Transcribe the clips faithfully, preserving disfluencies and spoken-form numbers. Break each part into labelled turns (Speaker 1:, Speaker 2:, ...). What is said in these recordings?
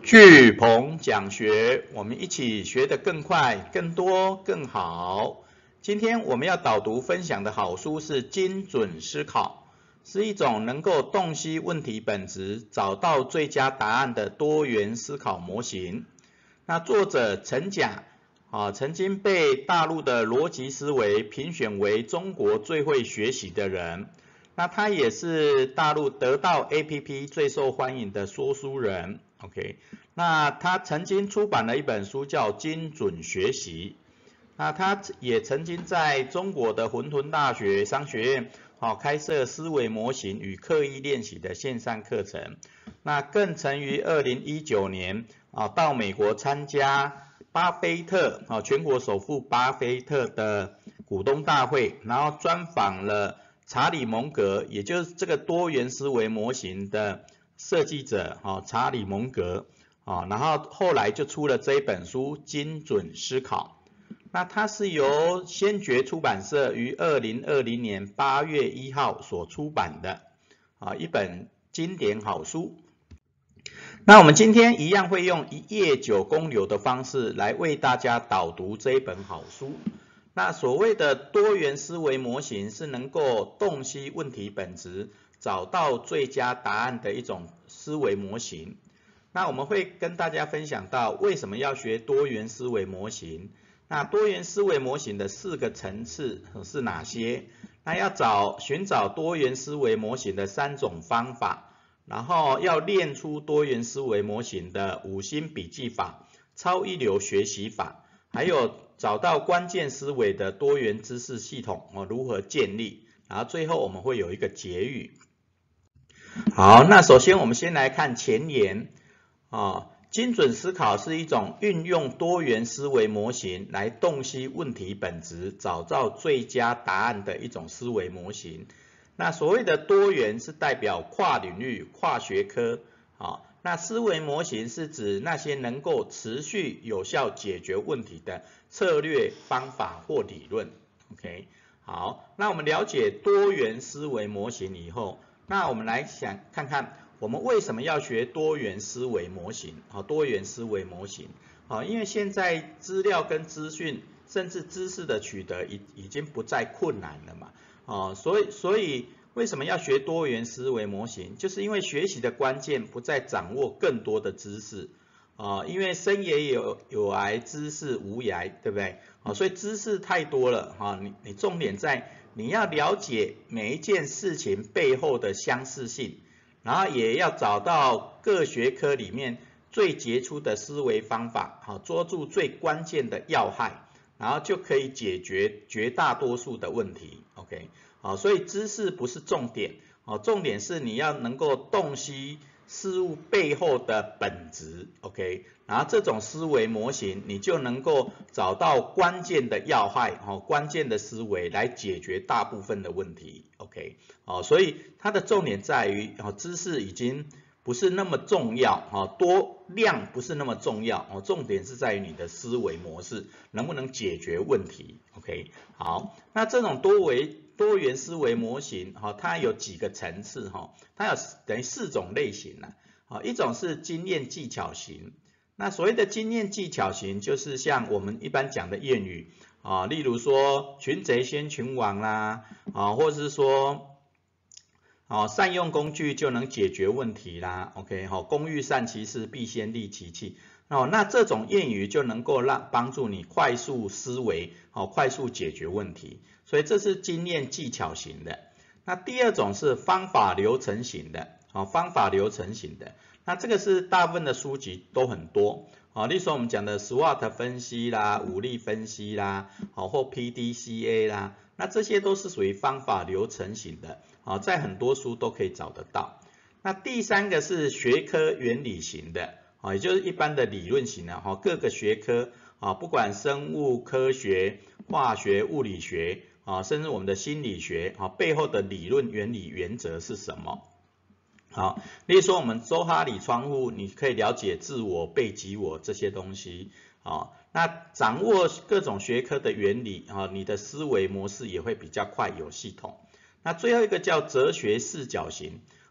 Speaker 1: 巨鹏讲学，我们一起学得更快、更多、更好。今天我们要导读分享的好书是《精准思考》，是一种能够洞悉问题本质、找到最佳答案的多元思考模型。那作者陈甲啊，曾经被大陆的逻辑思维评选为中国最会学习的人。那他也是大陆得到 A P P 最受欢迎的说书人。OK， 那他曾经出版了一本书叫《精准学习》。那他也曾经在中国的混沌大学商学院好开设思维模型与刻意练习的线上课程。那更曾于二零一九年啊到美国参加巴菲特啊全国首富巴菲特的股东大会，然后专访了查理蒙格，也就是这个多元思维模型的设计者啊查理蒙格啊，然后后来就出了这一本书《精准思考》。那它是由先觉出版社于二零二零年八月一号所出版的啊一本经典好书。那我们今天一样会用一页九公流的方式来为大家导读这一本好书。那所谓的多元思维模型是能够洞悉问题本质，找到最佳答案的一种思维模型。那我们会跟大家分享到为什么要学多元思维模型。那多元思维模型的四个层次是哪些？那要找寻找多元思维模型的三种方法，然后要练出多元思维模型的五星笔记法、超一流学习法，还有找到关键思维的多元知识系统哦如何建立，然后最后我们会有一个结语。好，那首先我们先来看前言啊。精准思考是一种运用多元思维模型来洞悉问题本质，找到最佳答案的一种思维模型。那所谓的多元是代表跨领域、跨学科啊。那思维模型是指那些能够持续有效解决问题的策略、方法或理论。OK， 好，那我们了解多元思维模型以后，那我们来想看看。我们为什么要学多元思维模型？好，多元思维模型，好，因为现在资料跟资讯，甚至知识的取得已已经不再困难了嘛，哦，所以所以为什么要学多元思维模型？就是因为学习的关键不在掌握更多的知识，啊，因为生也有有涯，知识无涯，对不对？啊，所以知识太多了，哈，你你重点在你要了解每一件事情背后的相似性。然后也要找到各学科里面最杰出的思维方法，好，捉住最关键的要害，然后就可以解决绝大多数的问题。OK， 好，所以知识不是重点，好，重点是你要能够洞悉事物背后的本质。OK， 然后这种思维模型，你就能够找到关键的要害，好，关键的思维来解决大部分的问题。OK， 好，所以它的重点在于，哦，知识已经不是那么重要，哦，多量不是那么重要，哦，重点是在于你的思维模式能不能解决问题。OK， 好，那这种多维多元思维模型，哈，它有几个层次，哈，它有等于四种类型呢，啊，一种是经验技巧型，那所谓的经验技巧型，就是像我们一般讲的谚语。啊，例如说群贼先群王啦，啊，或者是说，啊，善用工具就能解决问题啦 ，OK， 好，工欲善其事，必先利其器，哦，那这种谚语就能够让帮助你快速思维，好，快速解决问题，所以这是经验技巧型的。那第二种是方法流程型的，好，方法流程型的，那这个是大部分的书籍都很多。好，例如说我们讲的 SWOT 分析啦、武力分析啦，好，或 P D C A 啦，那这些都是属于方法流程型的，好，在很多书都可以找得到。那第三个是学科原理型的，好，也就是一般的理论型的，哈，各个学科，啊，不管生物科学、化学、物理学，啊，甚至我们的心理学，啊，背后的理论原理原则是什么？好，例如说我们周哈里窗户，你可以了解自我、被及我这些东西，啊，那掌握各种学科的原理，啊，你的思维模式也会比较快有系统。那最后一个叫哲学视角型，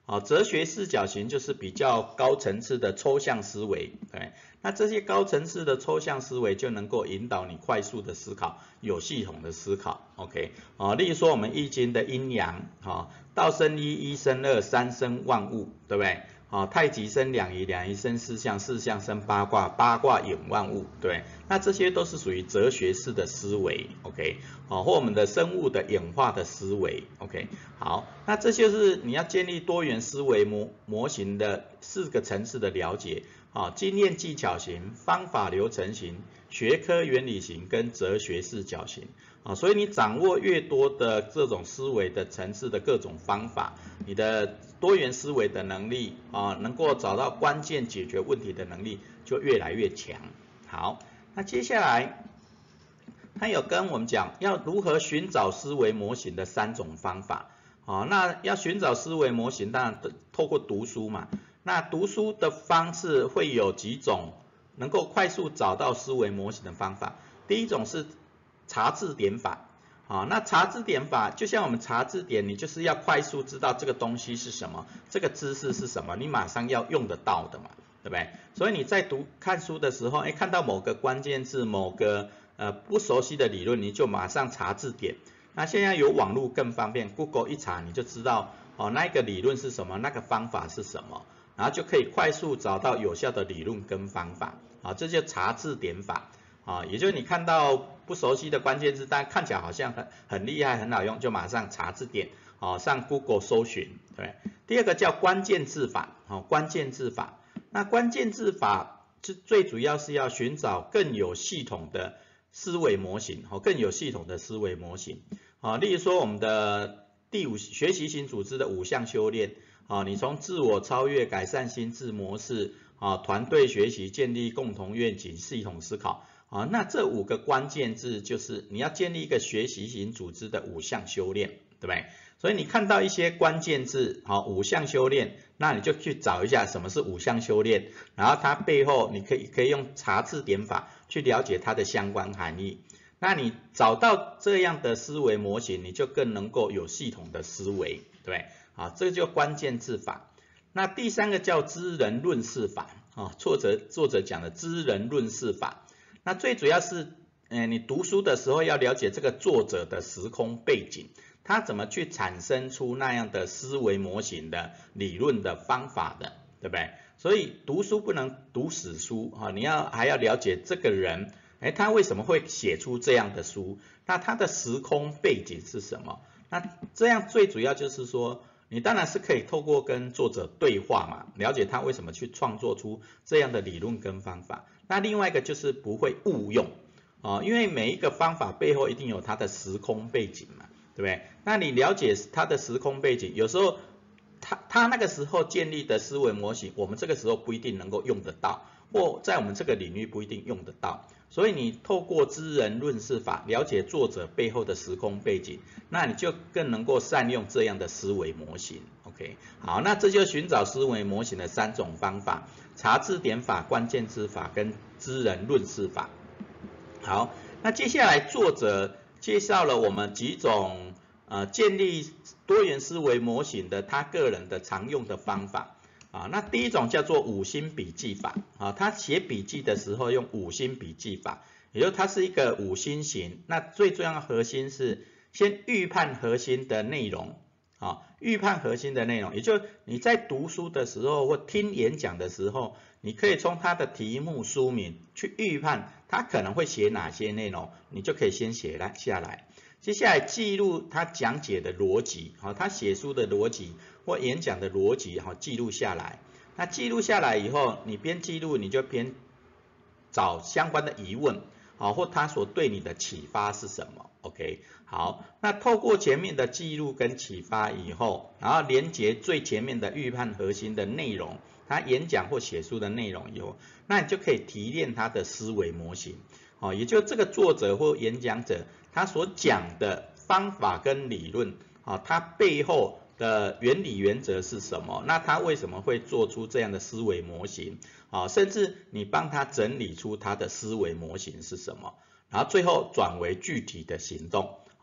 Speaker 1: 啊，哲学视角型就是比较高层次的抽象思维，对，那这些高层次的抽象思维就能够引导你快速的思考，有系统的思考 ，OK， 啊，例如说我们易经的阴阳，啊，道生一，一生二，三生万物，对不对？啊，太极生两仪，两仪生四象，四象生八卦，八卦引万物，对，那这些都是属于哲学式的思维 ，OK， 啊，或我们的生物的演化的思维 ，OK， 好，那这就是你要建立多元思维模模型的四个层次的了解，啊，经验技巧型、方法流程型、学科原理型跟哲学视角型。啊，所以你掌握越多的这种思维的层次的各种方法，你的多元思维的能力啊，能够找到关键解决问题的能力就越来越强。好，那接下来他有跟我们讲要如何寻找思维模型的三种方法。好，那要寻找思维模型，当然透过读书嘛。那读书的方式会有几种能够快速找到思维模型的方法。第一种是查字典法，好，那查字典法就像我们查字典，你就是要快速知道这个东西是什么，这个知识是什么，你马上要用得到的嘛，对不对？所以你在读看书的时候，哎，看到某个关键字，某个呃不熟悉的理论，你就马上查字典。那现在有网络更方便 ，Google 一查你就知道哦，那个理论是什么，那个方法是什么，然后就可以快速找到有效的理论跟方法，啊，这就查字典法。啊，也就是你看到不熟悉的关键字，但看起来好像很很厉害、很好用，就马上查字典，啊，上 Google 搜寻，对。第二个叫关键字法，啊，关键字法。那关键字法是最主要是要寻找更有系统的思维模型，哦，更有系统的思维模型，啊，例如说我们的第五学习型组织的五项修炼，啊，你从自我超越、改善心智模式，啊，团队学习、建立共同愿景、系统思考。啊，那这五个关键字就是你要建立一个学习型组织的五项修炼，对不对？所以你看到一些关键字，好，五项修炼，那你就去找一下什么是五项修炼，然后它背后你可以可以用查字典法去了解它的相关含义。那你找到这样的思维模型，你就更能够有系统的思维，对不对？啊，这就关键字法。那第三个叫知人论事法，啊，作者作者讲的知人论事法。那最主要是，呃，你读书的时候要了解这个作者的时空背景，他怎么去产生出那样的思维模型的理论的方法的，对不对？所以读书不能读死书啊，你要还要了解这个人，哎，他为什么会写出这样的书？那他的时空背景是什么？那这样最主要就是说，你当然是可以透过跟作者对话嘛，了解他为什么去创作出这样的理论跟方法。那另外一个就是不会误用啊，因为每一个方法背后一定有它的时空背景嘛，对不对？那你了解它的时空背景，有时候他他那个时候建立的思维模型，我们这个时候不一定能够用得到，或在我们这个领域不一定用得到。所以你透过知人论事法了解作者背后的时空背景，那你就更能够善用这样的思维模型。OK， 好，那这就是寻找思维模型的三种方法：查字典法、关键字法跟知人论事法。好，那接下来作者介绍了我们几种呃建立多元思维模型的他个人的常用的方法。啊，那第一种叫做五星笔记法，啊，他写笔记的时候用五星笔记法，也就是它是一个五星型，那最重要的核心是先预判核心的内容，啊，预判核心的内容，也就是你在读书的时候或听演讲的时候，你可以从他的题目书名去预判他可能会写哪些内容，你就可以先写来下来。接下来记录他讲解的逻辑，好，他写书的逻辑或演讲的逻辑，好，记录下来。那记录下来以后，你边记录你就边找相关的疑问，好，或他所对你的启发是什么 ？OK， 好，那透过前面的记录跟启发以后，然后连接最前面的预判核心的内容，他演讲或写书的内容以后，那你就可以提炼他的思维模型。哦，也就这个作者或演讲者他所讲的方法跟理论，啊，他背后的原理原则是什么？那他为什么会做出这样的思维模型？啊，甚至你帮他整理出他的思维模型是什么，然后最后转为具体的行动。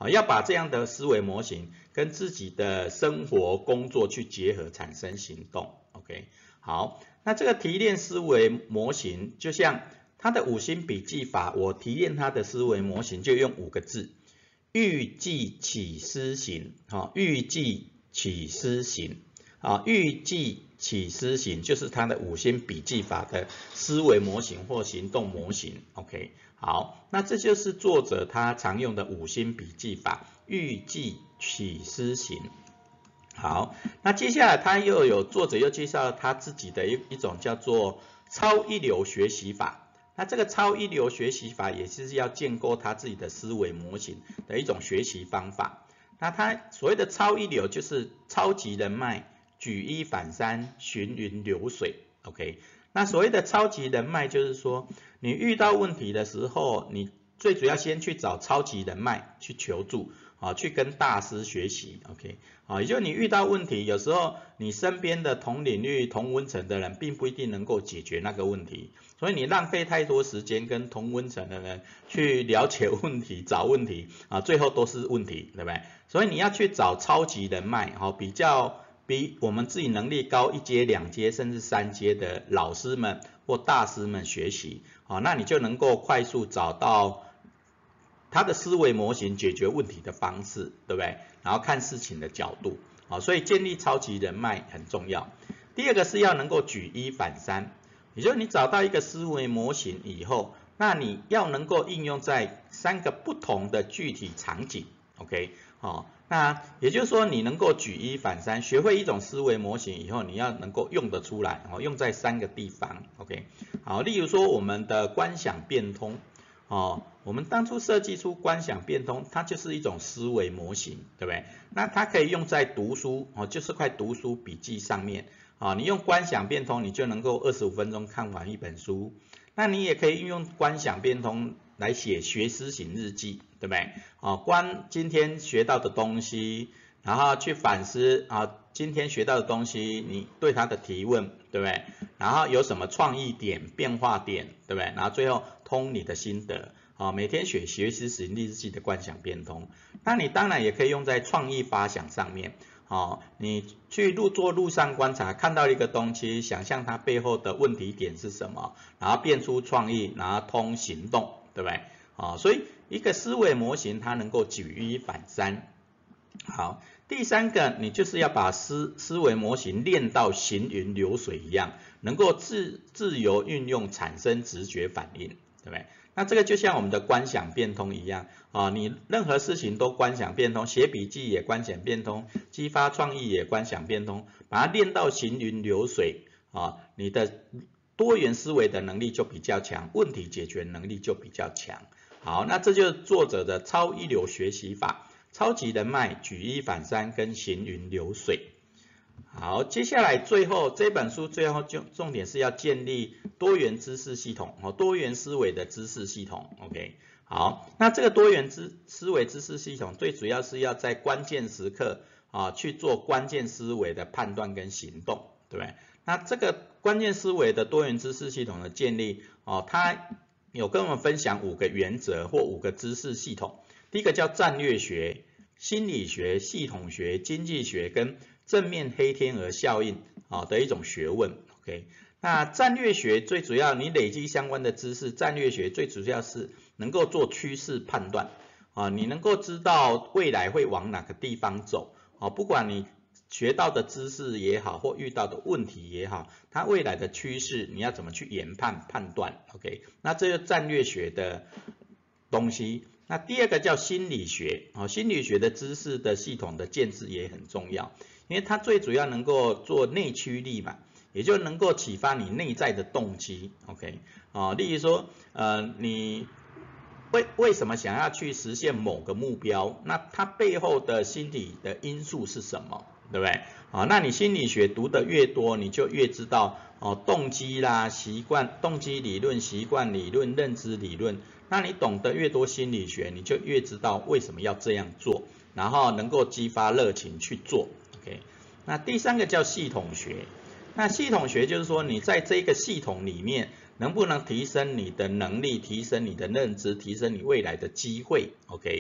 Speaker 1: 啊，要把这样的思维模型跟自己的生活工作去结合，产生行动。OK， 好，那这个提炼思维模型，就像它的五星笔记法，我提炼它的思维模型就用五个字：预计起施行。啊，预计起施行。啊，预计起施行就是它的五星笔记法的思维模型或行动模型。OK， 好，那这就是作者他常用的五星笔记法，预计起施行。好，那接下来他又有作者又介绍他自己的一一种叫做超一流学习法。那这个超一流学习法也是要建构他自己的思维模型的一种学习方法。那他所谓的超一流就是超级人脉。举一反三，行云流水 ，OK。那所谓的超级人脉，就是说你遇到问题的时候，你最主要先去找超级人脉去求助，啊，去跟大师学习 ，OK。啊，也就是你遇到问题，有时候你身边的同领域、同温层的人，并不一定能够解决那个问题，所以你浪费太多时间跟同温层的人去了解问题、找问题，啊，最后都是问题，对不对？所以你要去找超级人脉，哈，比较。比我们自己能力高一阶、两阶甚至三阶的老师们或大师们学习，好，那你就能够快速找到他的思维模型解决问题的方式，对不对？然后看事情的角度，好，所以建立超级人脉很重要。第二个是要能够举一反三，也就是你找到一个思维模型以后，那你要能够应用在三个不同的具体场景 ，OK， 好。那也就是说，你能够举一反三，学会一种思维模型以后，你要能够用得出来，哦，用在三个地方 ，OK， 好，例如说我们的观想变通，哦，我们当初设计出观想变通，它就是一种思维模型，对不对？那它可以用在读书，哦，就是块读书笔记上面，啊，你用观想变通，你就能够二十五分钟看完一本书。那你也可以运用观想变通来写学思型日记，对不对？啊，观今天学到的东西，然后去反思啊，今天学到的东西，你对它的提问，对不对？然后有什么创意点、变化点，对不对？然后最后通你的心得，啊，每天写学思型日记的观想变通。那你当然也可以用在创意发想上面。哦，你去路做路上观察，看到一个东西，想象它背后的问题点是什么，然后变出创意，然后通行动，对不对？哦，所以一个思维模型它能够举一反三。好，第三个你就是要把思思维模型练到行云流水一样，能够自自由运用，产生直觉反应，对不对？那这个就像我们的观想变通一样啊，你任何事情都观想变通，写笔记也观想变通，激发创意也观想变通，把它练到行云流水啊，你的多元思维的能力就比较强，问题解决能力就比较强。好，那这就是作者的超一流学习法，超级人脉、举一反三跟行云流水。好，接下来最后这本书最后就重点是要建立多元知识系统，哦，多元思维的知识系统 ，OK。好，那这个多元知思维知识系统最主要是要在关键时刻啊去做关键思维的判断跟行动，对不对？那这个关键思维的多元知识系统的建立，哦，它有跟我们分享五个原则或五个知识系统。第一个叫战略学、心理学、系统学、经济学跟正面黑天鹅效应啊的一种学问 ，OK。那战略学最主要，你累积相关的知识，战略学最主要是能够做趋势判断啊，你能够知道未来会往哪个地方走啊，不管你学到的知识也好，或遇到的问题也好，它未来的趋势你要怎么去研判判断 ，OK。那这个战略学的东西。那第二个叫心理学，啊，心理学的知识的系统的建制也很重要，因为它最主要能够做内驱力嘛，也就能够启发你内在的动机 ，OK， 啊，例如说，呃，你为为什么想要去实现某个目标？那它背后的心理的因素是什么？对不对？啊，那你心理学读得越多，你就越知道哦，动机啦、习惯、动机理论、习惯理论、认知理论。那你懂得越多心理学，你就越知道为什么要这样做，然后能够激发热情去做。OK， 那第三个叫系统学。那系统学就是说，你在这个系统里面，能不能提升你的能力，提升你的认知，提升你未来的机会 ？OK，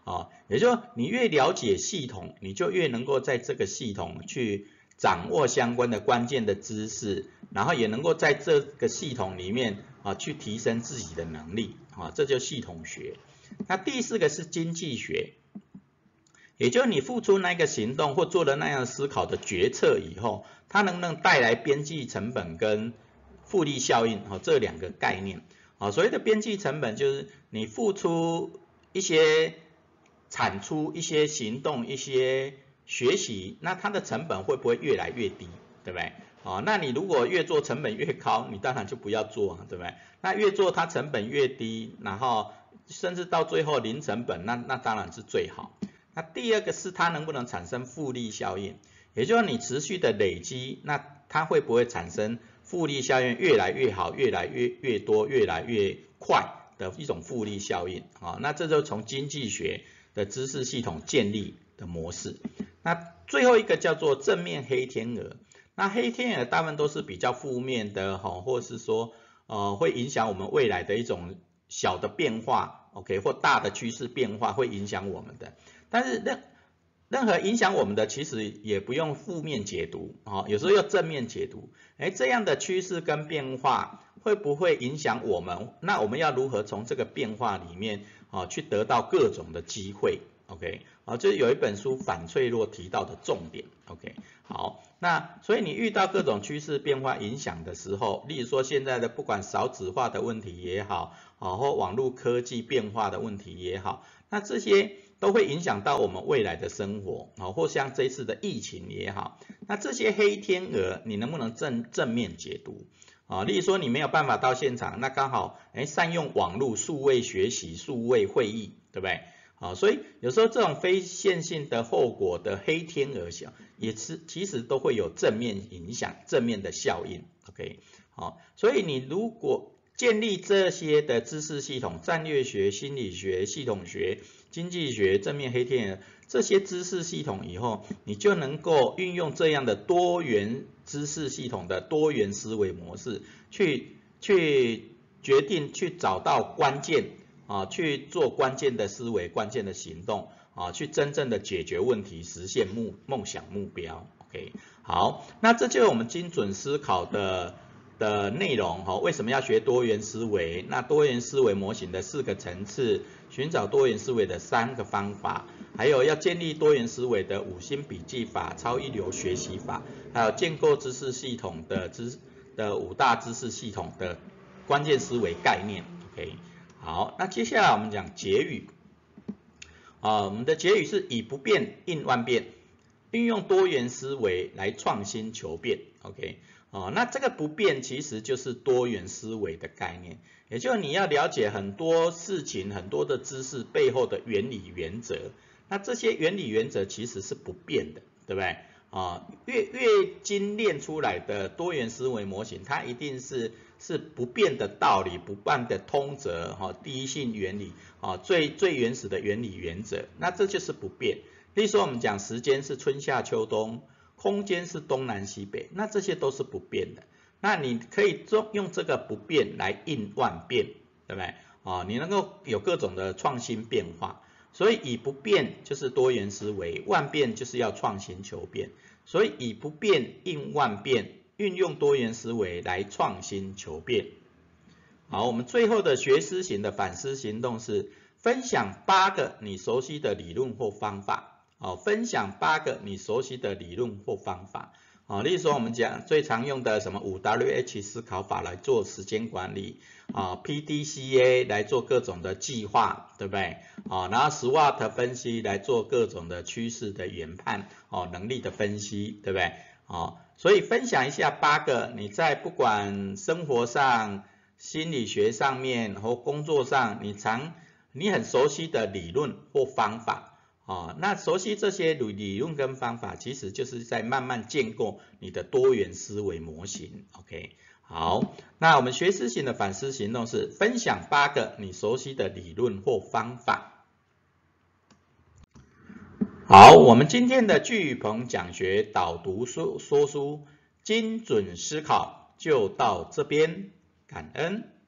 Speaker 1: 啊，也就是你越了解系统，你就越能够在这个系统去掌握相关的关键的知识，然后也能够在这个系统里面啊去提升自己的能力啊，这就系统学。那第四个是经济学，也就是你付出那个行动或做了那样思考的决策以后，它能不能带来边际成本跟复利效应啊这两个概念啊，所谓的边际成本就是你付出一些产出、一些行动、一些学习，那它的成本会不会越来越低，对不对？哦，那你如果越做成本越高，你当然就不要做啊，对不对？那越做它成本越低，然后甚至到最后零成本，那那当然是最好。那第二个是它能不能产生复利效应，也就是你持续的累积，那它会不会产生复利效应越来越好、越来越越多、越来越快的一种复利效应啊？那这就从经济学的知识系统建立的模式。那最后一个叫做正面黑天鹅。那黑天鹅大部分都是比较负面的哈，或是说呃会影响我们未来的一种小的变化 ，OK， 或大的趋势变化会影响我们的。但是任任何影响我们的，其实也不用负面解读啊，有时候要正面解读。哎，这样的趋势跟变化会不会影响我们？那我们要如何从这个变化里面啊去得到各种的机会 ？OK， 啊，这有一本书反脆弱提到的重点。OK， 好，那所以你遇到各种趋势变化影响的时候，例如说现在的不管少子化的问题也好，啊或网络科技变化的问题也好，那这些都会影响到我们未来的生活，啊，或像这一次的疫情也好，那这些黑天鹅你能不能正正面解读？啊，例如说你没有办法到现场，那刚好，哎，善用网络数位学习、数位会议，对不对？好，所以有时候这种非线性的后果的黑天鹅效，也是其实都会有正面影响、正面的效应。OK， 好，所以你如果建立这些的知识系统，战略学、心理学、系统学、经济学、正面黑天鹅这些知识系统以后，你就能够运用这样的多元知识系统的多元思维模式，去去决定、去找到关键啊，去做关键的思维、关键的行动啊，去真正的解决问题，实现目梦想目标。OK， 好，那这就是我们精准思考的。的内容哈，为什么要学多元思维？那多元思维模型的四个层次，寻找多元思维的三个方法，还有要建立多元思维的五星笔记法、超一流学习法，还有建构知识系统的知的五大知识系统的关键思维概念。OK， 好，那接下来我们讲结语。啊，我们的结语是以不变应万变，运用多元思维来创新求变。OK。哦，那这个不变其实就是多元思维的概念，也就是你要了解很多事情、很多的知识背后的原理原则，那这些原理原则其实是不变的，对不对？啊，越越精炼出来的多元思维模型，它一定是是不变的道理、不变的通则，哈，第一性原理，啊，最最原始的原理原则，那这就是不变。例如说我们讲时间是春夏秋冬。空间是东南西北，那这些都是不变的。那你可以用这个不变来应万变，对不对？啊，你能够有各种的创新变化。所以以不变就是多元思维，万变就是要创新求变。所以以不变应万变，运用多元思维来创新求变。好，我们最后的学思型的反思行动是分享八个你熟悉的理论或方法。好，分享八个你熟悉的理论或方法。好，例如说我们讲最常用的什么五 W H 思考法来做时间管理，啊 P D C A 来做各种的计划，对不对？啊，然后 SWOT 分析来做各种的趋势的研判，哦，能力的分析，对不对？啊，所以分享一下八个你在不管生活上、心理学上面或工作上，你常你很熟悉的理论或方法。哦，那熟悉这些理论跟方法，其实就是在慢慢建构你的多元思维模型。OK， 好，那我们学思型的反思行动是分享八个你熟悉的理论或方法。好，我们今天的聚鹏讲学导读说说书精准思考就到这边，感恩。